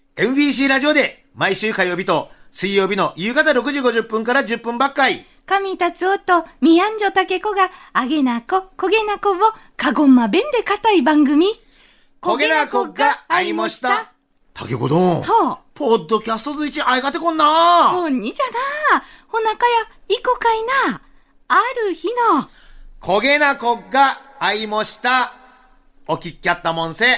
MBC ラジオで毎週火曜日と水曜日の夕方6時50分から10分ばっかり。 上達夫と宮女竹子があげなこ、こげなこをかごんま弁で固い番組。 こげなこが会いました。竹子どん。 はあ。 ポッドキャストずいち会いがてこんな。 ほんにじゃな。ほなかや、いこかいな。ある日の。 こげなこが会いました。お聞きやったもんせ。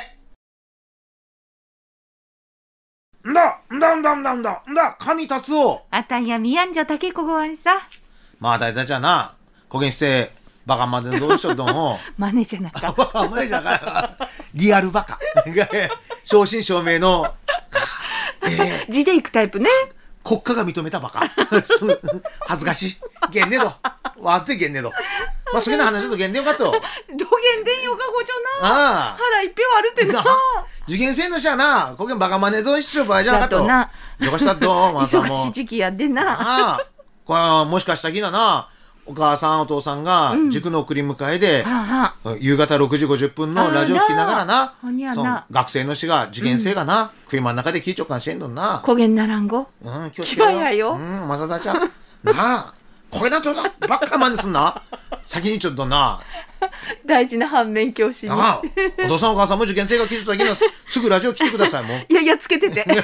んだ、上達夫。 あたんや宮女竹子ごわんさ。 まあ大体じゃな、こげんして、バカまでどうしようとん。 マネじゃなか。 マネじゃなか。リアルバカ。正真正銘の、 字でいくタイプね。 国家が認めたバカ。恥ずかしい。げんねど。わっぜげんねど。まあ、好きな話だとげんねよかと。 どげんでんよかごちょな。 ああ。 腹いっぺんはあるってな。 受験生の人はな、こげんバカまねど一緒場合じゃなかと。忙しかと、まあさも。 忙しい時期やでな。 ああ。これはもしかしたらきなな、お母さんお父さんが塾の送り迎えで、夕方6時50分のラジオ聞きながらな、その学生の人が受験生がな、食いまん中で聞いちょっかんしてんのな。 こげんならんご。 気をつけろよ。 まさだちゃん。なあ、これだとばっかまねすんな。先にちょっとな。 大事な反面教師に。 お父さんお母さんも受験生が聞いちょったらすぐラジオ来てくださいもう。 いやつけてて。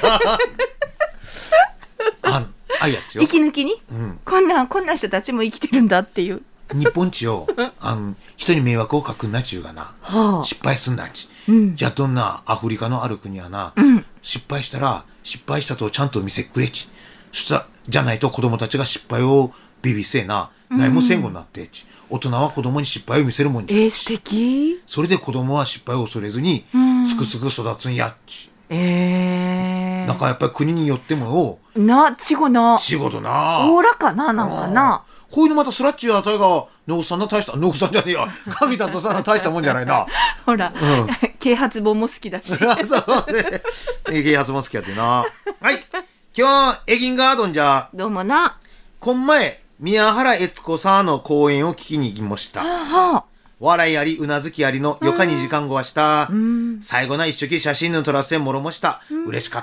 息抜きに、こんな人たちも生きてるんだっていう。 日本地を人に迷惑をかくんなちゅうがな、失敗すんなち、じゃどんなアフリカのある国はな、失敗したら失敗したとちゃんと見せくれち、そしたらじゃないと子供たちが失敗をビビせえな、何もせんごになってち、大人は子供に失敗を見せるもんじゃ。 素敵。 それで子供は失敗を恐れずにすくすく育つんやっち。なんかやっぱり国によってもよちごな仕事なおおらかな、なんかな。 こういうのまたスラッチやあたいが野口さんの大した、野口さんじゃねえや、上達夫さんの大したもんじゃないな。 ほら、啓発本も好きだし。 そうね、啓発も好きやってな。はい、今日エギンガードンじゃどうもな。 こん前宮原悦子さんの講演を聞きに行きました。笑いありうなずきありのよか2時間後はした。最後な一生写真の撮らせもろもした。嬉しかった。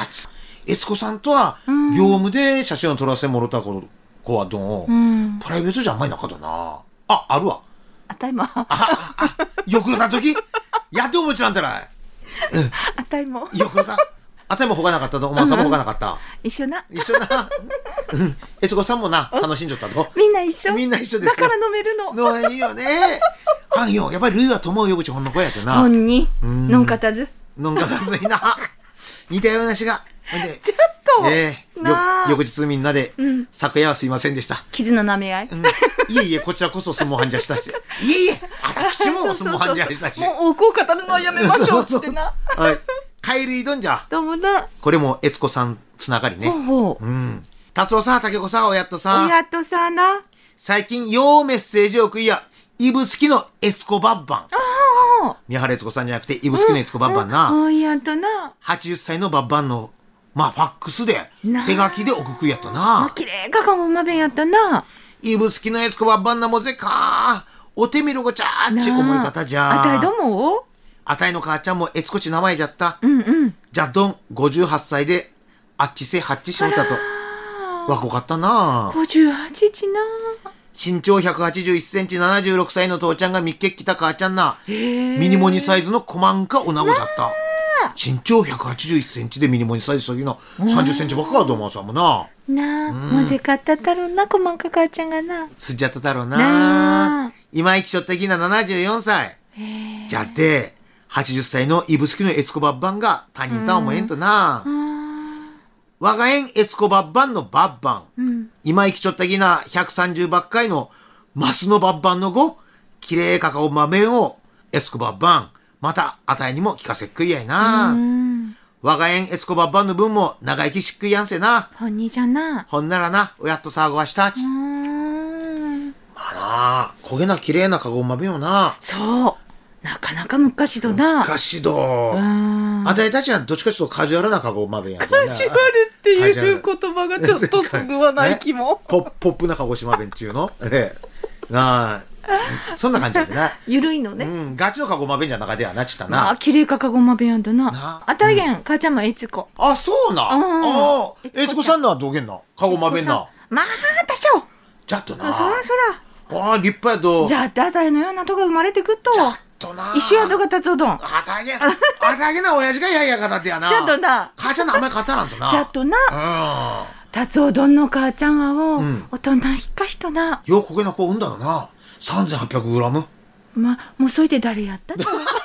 悦子さんとは業務で写真を撮らせもろた子はどう、プライベートじゃあんまりなかったな。あるわ。 あたいも。 よくな時やって思いちなんたら。 あたいも。 よくな。あたいもほかなかったと、お前さんもほかなかった。 一緒な。 悦子さんもな、楽しんじゃったと。 みんな一緒。 みんな一緒ですよ。 だから飲めるの。 いいよね。やっぱりルイは友を呼ぶちほんの子やってな。 ほんに。のんかたず。 のんかたずいな。似たようなしが。 ちょっと。 翌日みんなで、昨夜はすいませんでした。 傷の舐め合い。 いえ、こちらこそ相撲はんじゃしたし。私も相撲はんじゃしたし。 もう多くを語るのはやめましょうってな。 はい。帰るいどんじゃ。 どうもな。 これも悦子さんつながりね。達夫さん、竹子さん、おやっとさん。 おやっとさな。 最近、ようメッセージを送りや、イブスキの悦子ばっばん。宮原悦子さんじゃなくて、イブスキの悦子ばっばんな。 おやっとな。 80歳のばっばんの、ファックスで、手書きで送くやったな。 きれいかかもまべんやったな。 イブスキの悦子ばっばんなもぜか。おてみろごちゃーっち思い方じゃ。 あたいどもあたいの母ちゃんも悦子ち名前じゃった。じゃどん、58歳で、あっちせはっちしもたと。若かったな。 58ちな。 身長181センチ76歳の父ちゃんがみっけ来た母ちゃんな。ミニモニサイズのコマンかおなごじゃった。身長181センチでミニモニサイズすぎの30センチばっかどうもさんもな。 もぜかっただろうな、コマンか母ちゃんがな。 すっちゃっただろうな。今生きちょったきな74歳。じゃって、80歳のイブスキの悦子ばっばんが他人とは思えんとな。我が縁悦子ばっばんのばっばん。今生きちょったきな130ばっかいのマスのばっばんの後、きれいかかおまめんを悦子ばっばん。また、あたいにも聞かせっくりやいな。我が縁悦子ばっばんの分も長生きしっくりやんせな。 ほんにじゃな。 ほんならな、おやっと騒ごはしたち。まあな、焦げなきれいなかごまべよな。 そう。なかなか昔どな。 昔ど。あたいたちはどっちかちょっとカジュアルなかごまべや。 カジュアルっていう言葉がちょっとすぐはない気も。 ポップな鹿児島弁っていうのなあ、 そんな感じでな。 ゆるいのね。 うん、ガチのかごま弁じゃなかではなちったまあ、 な。 綺麗かかごまべやんだな。 なあたげん、母ちゃんもえつこ。 あ、そうな。 うんああ、えつこさんのはどうげんな。かごま弁な。 まあ、多少。 じゃっとな。 そらそら。 ああ、立派やと。 じゃあ、あたいのようなとこ生まれてくっと。 ちょっとな。 一緒やとかたつおどん。 あたげな、親父がやいやかだってやな。 ちょっとな。 母ちゃんのあんまり勝たなんとな。 じゃっとな。 うん。 たつおどんの母ちゃんはを、 うんおとなひっかしとな。 ようこげな子産んだのな。3800グラム。 まあ、もうそれで誰やった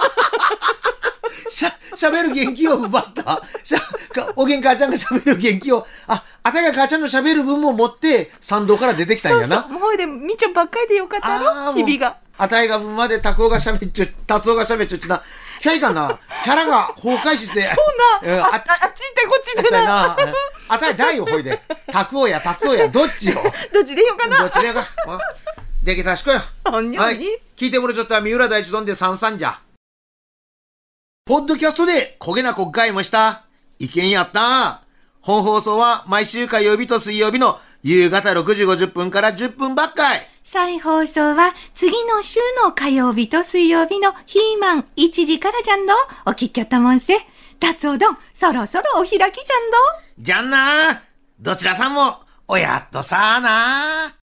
しゃべる元気を奪った。おげん母ちゃんがしゃべる元気を、あたが母ちゃんのしゃべる分も持って参道から出てきたんやな。 そうそう、もうほいでみちょばっかりでよかったろ、日々が。 あたいが分まで達夫がしゃべっちょな。キャイかな、キャラが崩壊して。 そうな、あっち行ってこっちでな。 あたい大よほいで。達夫や達夫や、どっちよ。 どっちでよかな。 どっちでよか。できたしこよ。 ほんにょに。 聞いてもらっちゃった三浦大知どんで33じゃ。ポッドキャストで焦げな国会もした。意見やった。本放送は毎週火曜日と水曜日の夕方6時50分から10分ばっかい。 再放送は次の週の火曜日と水曜日のヒーマン1時からじゃんど。お聞きやったもんせ。達おどん、そろそろお開きじゃんど。 じゃんな。どちらさんも、おやっとさあな。